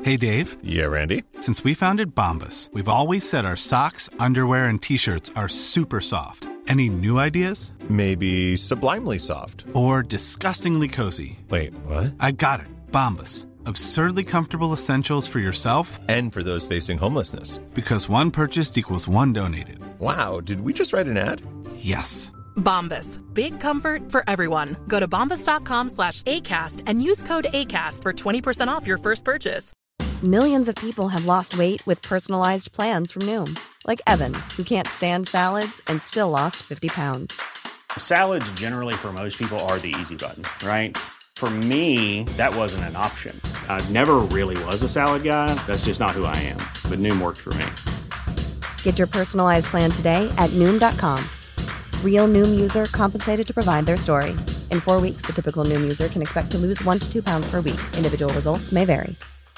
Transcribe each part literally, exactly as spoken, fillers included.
Hey, Dave. Yeah, Randy? Since we founded Bombas, we've always said our socks, underwear, and T-shirts are super soft. Any new ideas? Maybe sublimely soft. Or disgustingly cozy. Wait, what? I got it. Bombas. Absurdly comfortable essentials for yourself and for those facing homelessness. Because one purchased equals one donated. Wow, did we just write an ad? Yes. Bombas. Big comfort for everyone. Go to bombas.com slash ACAST and use code ACAST for twenty percent off your first purchase. Millions of people have lost weight with personalized plans from Noom. Like Evan, who can't stand salads and still lost fifty pounds. Salads generally for most people are the easy button, right? For me, that wasn't an option. I never really was a salad guy. That's just not who I am. But Noom worked for me. Get your personalized plan today at Noom dot com. Real Noom user compensated to provide their story. In four weeks, the typical Noom user can expect to lose one to two pounds per week. Individual results may vary.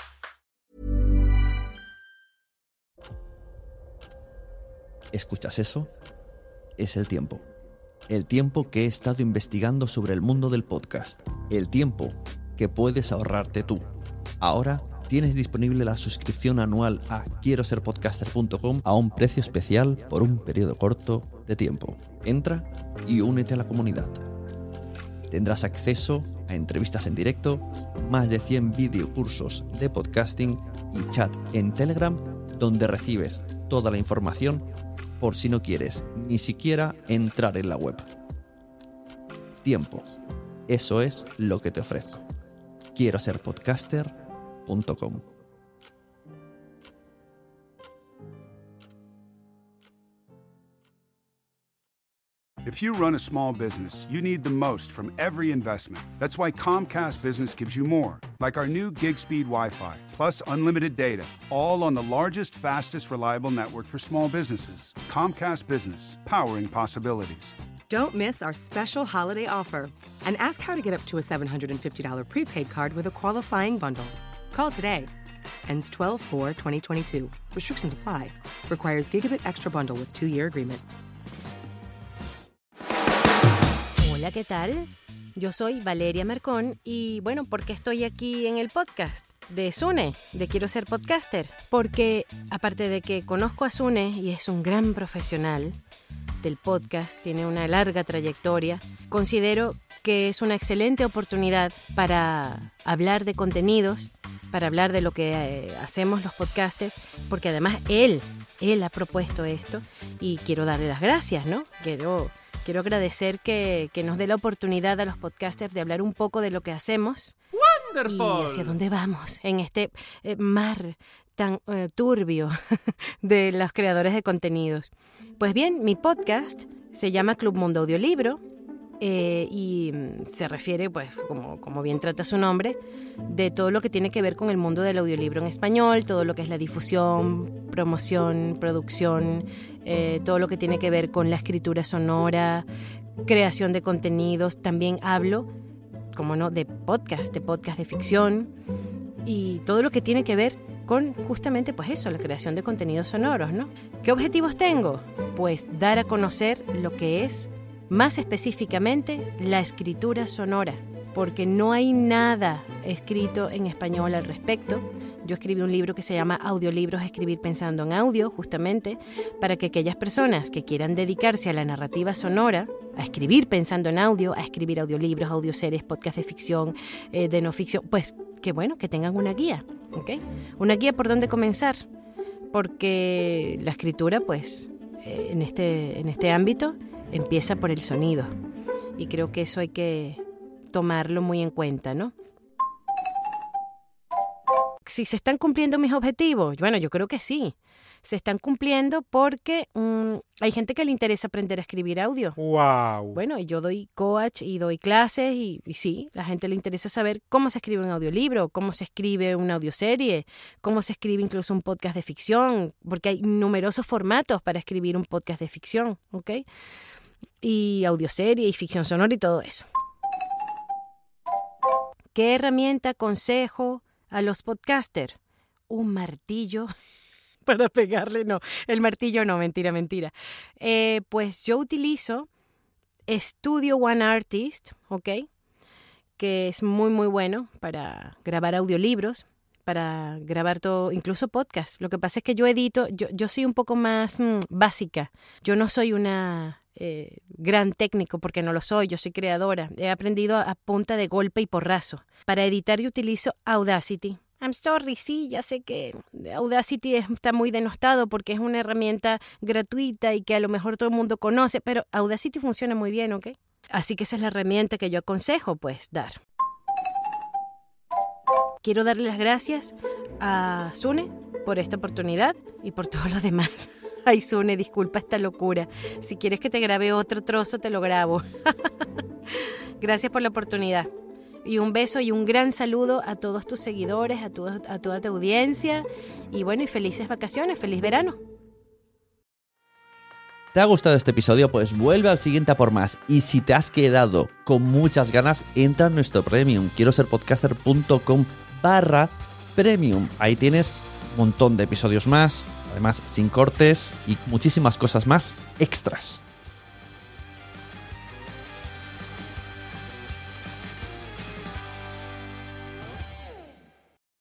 ¿Escuchas eso? Es el tiempo. El tiempo que he estado investigando sobre el mundo del podcast. El tiempo que puedes ahorrarte tú. Ahora tienes disponible la suscripción anual a quiero ser podcaster punto com a un precio especial por un periodo corto de tiempo. Entra y únete a la comunidad. Tendrás acceso a entrevistas en directo, más de cien videocursos de podcasting y chat en Telegram, donde recibes toda la información por si no quieres ni siquiera entrar en la web. Tiempo. Eso es lo que te ofrezco. quiero ser podcaster punto com. If you run a small business, you need the most from every investment. That's why Comcast Business gives you more, like our new gig speed Wi-Fi, plus unlimited data, all on the largest, fastest, reliable network for small businesses. Comcast Business, powering possibilities. Don't miss our special holiday offer and ask how to get up to a seven hundred fifty dollars prepaid card with a qualifying bundle. Call today. Ends twelve four twenty twenty-two. Restrictions apply. Requires gigabit extra bundle with two-year agreement. Hola, ¿qué tal? Yo soy Valeria Marcón y bueno, ¿por qué estoy aquí en el podcast de Sune, de Quiero Ser Podcaster? Porque aparte de que conozco a Sune y es un gran profesional del podcast, tiene una larga trayectoria, considero que es una excelente oportunidad para hablar de contenidos, para hablar de lo que eh, hacemos los podcasters, porque además él, él ha propuesto esto y quiero darle las gracias, ¿no? Quiero... Quiero agradecer que, que nos dé la oportunidad a los podcasters de hablar un poco de lo que hacemos. ¡Wonderful! Y hacia dónde vamos en este eh, mar tan eh, turbio de los creadores de contenidos. Pues bien, mi podcast se llama Club Mundo Audiolibro eh, y se refiere, pues, como, como bien trata su nombre, de todo lo que tiene que ver con el mundo del audiolibro en español, todo lo que es la difusión, promoción, producción, eh, todo lo que tiene que ver con la escritura sonora, creación de contenidos. También hablo, como no, de podcast, de podcast de ficción y todo lo que tiene que ver con justamente pues eso, la creación de contenidos sonoros, ¿no? ¿Qué objetivos tengo? Pues dar a conocer lo que es, más específicamente, la escritura sonora, porque no hay nada escrito en español al respecto. Yo escribí un libro que se llama Audiolibros, escribir pensando en audio, justamente para que aquellas personas que quieran dedicarse a la narrativa sonora, a escribir pensando en audio, a escribir audiolibros, audioseries, podcast de ficción, eh, de no ficción, pues que bueno, que tengan una guía, ¿ok? Una guía por dónde comenzar, porque la escritura, pues, eh, en este, en este ámbito, empieza por el sonido. Y creo que eso hay que tomarlo muy en cuenta, ¿no? Si se están cumpliendo mis objetivos, bueno, yo creo que sí. Se están cumpliendo porque mmm, hay gente que le interesa aprender a escribir audio. ¡Wow! Bueno, yo doy coach y doy clases y, y sí, la gente le interesa saber cómo se escribe un audiolibro, cómo se escribe una audioserie, cómo se escribe incluso un podcast de ficción, porque hay numerosos formatos para escribir un podcast de ficción, ¿ok? Y audioserie y ficción sonora y todo eso. ¿Qué herramienta aconsejo a los podcasters? Un martillo para pegarle, no, el martillo no, mentira, mentira. Eh, pues yo utilizo Studio One Artist, ¿ok? Que es muy, muy bueno para grabar audiolibros, para grabar todo, incluso podcast. Lo que pasa es que yo edito, yo, yo soy un poco más mmm, básica. Yo no soy una eh, gran técnico porque no lo soy, yo soy creadora. He aprendido a, a punta de golpe y porrazo. Para editar yo utilizo Audacity. I'm sorry, sí, ya sé que Audacity está muy denostado porque es una herramienta gratuita y que a lo mejor todo el mundo conoce, pero Audacity funciona muy bien, ¿ok? Así que esa es la herramienta que yo aconsejo, pues, dar. Quiero darle las gracias a Sune por esta oportunidad y por todo lo demás. Ay, Sune, disculpa esta locura. Si quieres que te grabe otro trozo, te lo grabo. Gracias por la oportunidad. Y un beso y un gran saludo a todos tus seguidores, a, tu, a toda tu audiencia. Y bueno, y felices vacaciones, feliz verano. ¿Te ha gustado este episodio? Pues vuelve al siguiente a por más. Y si te has quedado con muchas ganas, entra en nuestro premium. Quiero ser podcaster punto com barra premium. Ahí tienes un montón de episodios más, además sin cortes y muchísimas cosas más extras.